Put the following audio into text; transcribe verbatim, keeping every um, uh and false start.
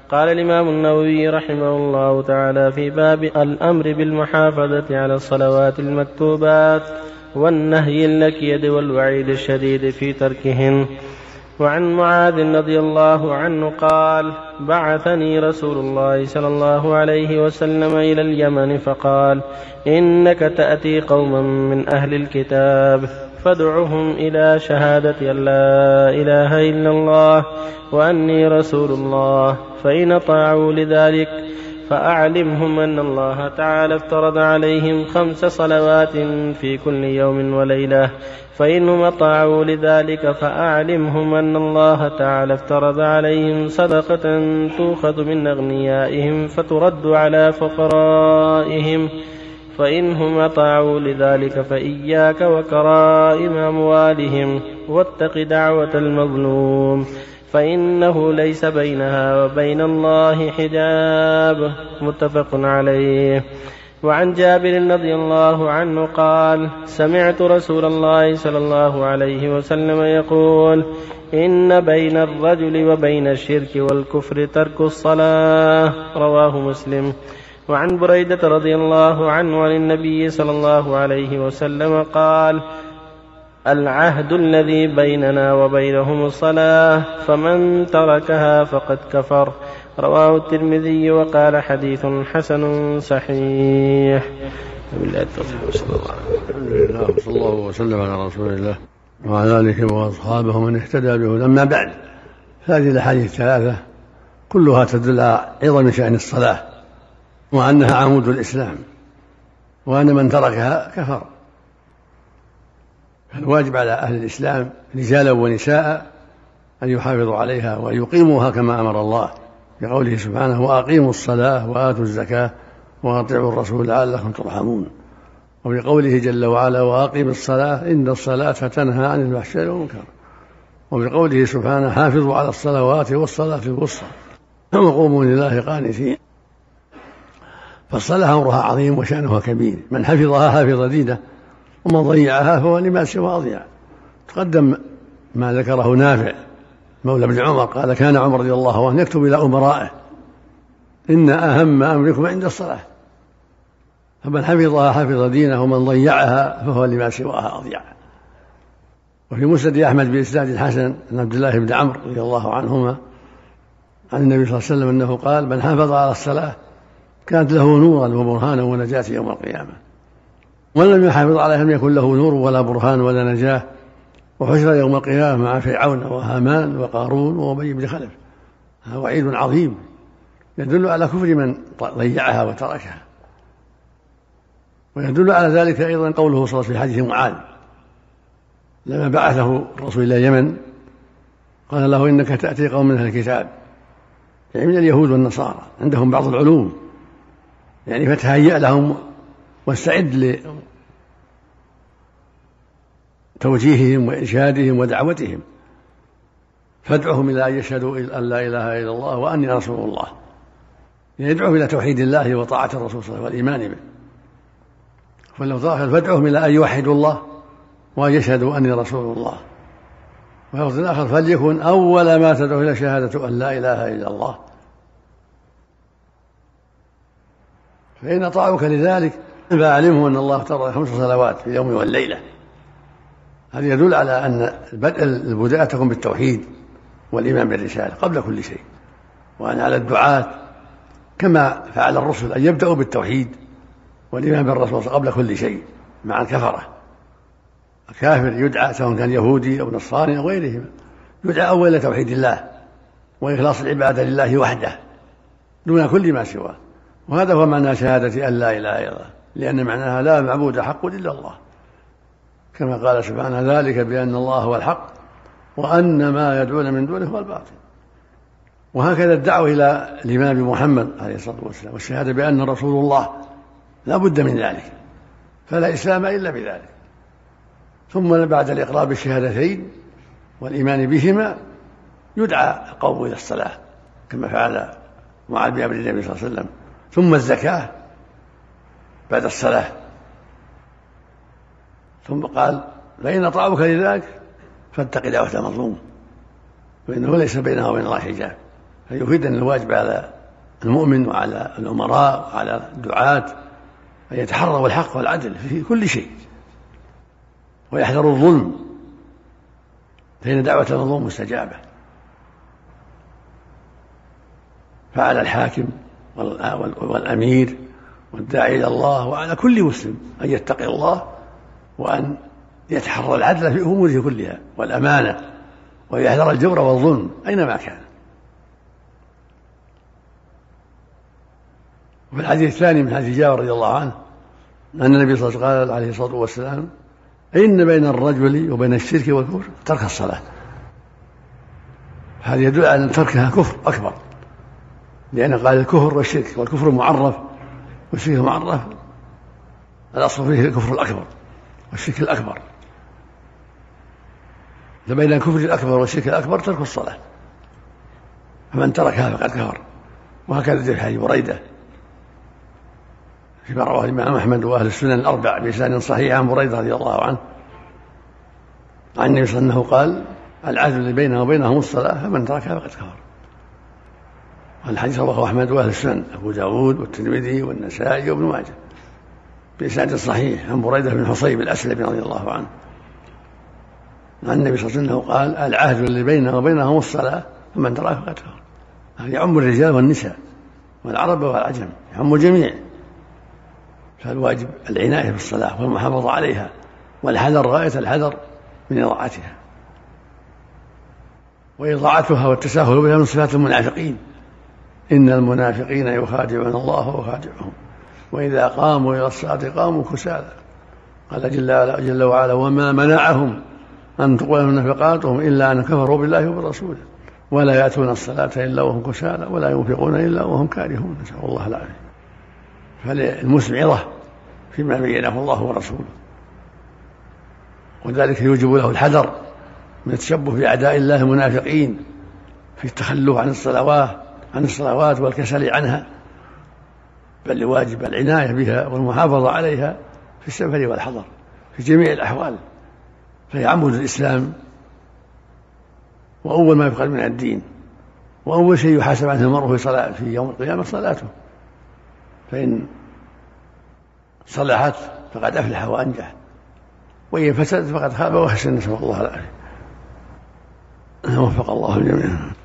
قال الإمام النووي رحمه الله تعالى في باب الأمر بالمحافظة على الصلوات المكتوبات والنهي الأكيد والوعيد الشديد في تركهن. وعن معاذ رضي الله عنه قال: بعثني رسول الله صلى الله عليه وسلم إلى اليمن فقال: إنك تأتي قوما من أهل الكتاب فادعهم إلى شهادة أن لا إله إلا الله وأني رسول الله، فإن طاعوا لذلك فأعلمهم أن الله تعالى افترض عليهم خمس صلوات في كل يوم وليلة، فإنهم أطاعوا لذلك فأعلمهم أن الله تعالى افترض عليهم صدقة تؤخذ من أغنيائهم فترد على فقرائهم، فإنهم أطاعوا لذلك فإياك وكرائم أموالهم واتق دعوة المظلوم فإنه ليس بينها وبين الله حجاب. متفق عليه. وعن جابر رضي الله عنه قال: سمعت رسول الله صلى الله عليه وسلم يقول: إن بين الرجل وبين الشرك والكفر ترك الصلاة. رواه مسلم. وعن بريدة رضي الله عنه عن النبي صلى الله عليه وسلم قال: العهد الذي بيننا وبينهم الصلاة، فمن تركها فقد كفر. رواه الترمذي وقال: حديث حسن صحيح. الحمد لله وصلى الله وسلم على رسول الله وعلى آله وأصحابه من اهتدى به. أما بعد، هذه الأحاديث الثلاثة كلها تدل على عظم شأن الصلاة وأنها عمود الإسلام، وأن من تركها كفر. فالواجب على أهل الإسلام رجالا ونساء أن يحافظوا عليها وأن يقيموها كما أمر الله بقوله سبحانه: وأقيموا الصلاة وآتوا الزكاة وأطيعوا الرسول لعلكم ترحمون، وبقوله جل وعلا: وأقيموا الصلاة إن الصلاة تنهى عن الفحشاء والمنكر، وبقوله سبحانه: حافظوا على الصلوات والصلاة الوسطى وقوموا لله قانتين. فالصلاة أمرها عظيم وشأنها كبير، من حفظها حفظ دينه، ومن ضيعها فهو لما سوى أضيع. تقدم ما ذكره نافع مولى ابن عمر قال: كان عمر رضي الله عنه يكتب إلى أمرائه: إن أهم أمركم عند الصلاة، فمن حفظها حفظ دينه، ومن ضيعها فهو لما سواها أضيع. وفي مسند أحمد بإسناد الحسن عن عبد الله بن عمرو رضي الله عنهما عن النبي صلى الله عليه وسلم أنه قال: من حافظ على الصلاة كانت له نورا وبرهانا ونجاة يوم القيامة، ومن لم يحافظ عليها لم يكن له نور ولا برهان ولا نجاة، وحشر يوم القيامة مع فرعون وهامان وقارون وأبي بن خلف. هذا وعيد عظيم يدل على كفر من ضيعها وتركها. ويدل على ذلك أيضا قوله صلى الله عليه وسلم في حديث معاذ لما بعثه الرسول إلى اليمن، قال له: إنك تأتي قوم من أهل الكتاب، يعني من اليهود والنصارى، عندهم بعض العلوم، يعني فتهيأ لهم واستعد لتوجيههم وإرشادهم ودعوتهم، فادعهم إلى أن يشهدوا أن لا إله إلا الله وأني رسول الله، يدعوهم إلى توحيد الله وطاعة الرسول صلى الله عليه وسلم والإيمان به. فلو ظاهر فادعوهم إلى أن يوحدوا الله وأن يشهدوا أني رسول الله. وفي الآخر: فليكن أول ما تدعو إلى شهادة أن لا إله إلا الله، فإن أطاعوك لذلك فأعلمهم أن الله افترض خمس صلوات في اليوم والليلة. هذا يدل على أن بدء البداية تكون بالتوحيد والإيمان بالرسالة قبل كل شيء، وأن على الدعاة كما فعل الرسل أن يبدأوا بالتوحيد والإيمان بالرسول قبل كل شيء مع الكفرة. الكافر يدعى سواء كان يهودي أو نصراني أو غيرهما، يدعى أولا إلى توحيد الله وإخلاص العبادة لله وحده دون كل ما سواه. وهذا هو معنى شهادة أن لا إله إلا الله، لأن معناها لا معبود حق إلا الله، كما قال سبحانه: ذلك بأن الله هو الحق وأن ما يدعون من دونه هو الباطل. وهكذا الدعوة إلى الإيمان بمحمد عليه الصلاة والسلام والشهادة بأن رسول الله لا بد من ذلك، فلا إسلام إلا بذلك. ثم بعد الإقرار بالشهادتين والإيمان بهما يدعى القوم إلى الصلاة كما فعل معاذ بن النبي صلى الله عليه وسلم، ثم الزكاة بعد الصلاة، ثم قال: فإن أطاعوك لذلك فاتق دعوة المظلوم فإنه ليس بينها وبين الله حجاب. فيفيد أن الواجب على المؤمن وعلى الأمراء وعلى الدعاة أن يتحروا الحق والعدل في كل شيء ويحذروا الظلم، فإن دعوة المظلوم مستجابة. فعلى الحاكم والأمير والداعي إلى الله وعلى كل مسلم أن يتقي الله وأن يتحرى العدل في أموره كلها والأمانة، ويحذر الجور والظلم أينما كان. وفي الحديث الثاني من حديث جابر رضي الله عنه أن النبي صلى الله عليه وسلم قال عليه الصلاة والسلام: إن بين الرجل وبين الشرك والكفر ترك الصلاة. هذا يدل على أن تركها كفر أكبر، لأن قال الكفر والشرك، والكفر معرف والشرك معرف، الأصل فيه الكفر الأكبر والشرك الأكبر، فبين الكفر الأكبر والشرك الأكبر ترك الصلاة، فمن تركها فقد كفر. وهكذا في حديث بريدة فيما رواه الإمام أحمد وأهل السنن الأربع بإسناد صحيح عن بريدة رضي الله عنه عن النبي صلى الله عليه وسلم قال: العهد الذي بيننا وبينهم الصلاة، فمن تركها فقد كفر. والحديث رواه أحمد وأهل السنن أبو داود والترمذي والنسائي وابن ماجه بإسناد صحيح عن بريدة بن حصيب الأسلمي رضي الله عنه عن النبي صلى الله عليه وسلم قال: العهد الذي بيننا وبينهم الصلاة، فمن تركها فقد كفر. هذا يعم الرجال والنساء والعرب والعجم، يعم الجميع. فالواجب العناية بالصلاة والمحافظة عليها والحذر غاية الحذر من إضاعتها، وإضاعتها والتساهل بها من صفات المنافقين: إن المنافقين يخادعون الله وخادعهم وإذا قاموا إلى الصلاة قاموا كسالى. قال جل وعلا: وما منعهم أن تقبل نفقاتهم إلا أن كفروا بالله وبرسوله ولا يأتون الصلاة إلا وهم كسالى ولا ينفقون إلا وهم كارهون، نسأل الله العافية. فالمسلم عظة فيما بينه الله ورسوله، وذلك يوجب له الحذر من التشبه بأعداء الله المنافقين في التخلف عن الصلوات عن الصلوات والكسل عنها، بل واجب العناية بها والمحافظة عليها في السفر والحضر في جميع الأحوال. فهي عمود الإسلام وأول ما يفعل من الدين، وأول شيء يحاسب عنه المرء في صلاة في يوم القيامة صلاته، فإن صلحت فقد أفلح وأنجح، وإن فسدت فقد خاب وخسر، نسأل الله العافية. وفق الله الجميع.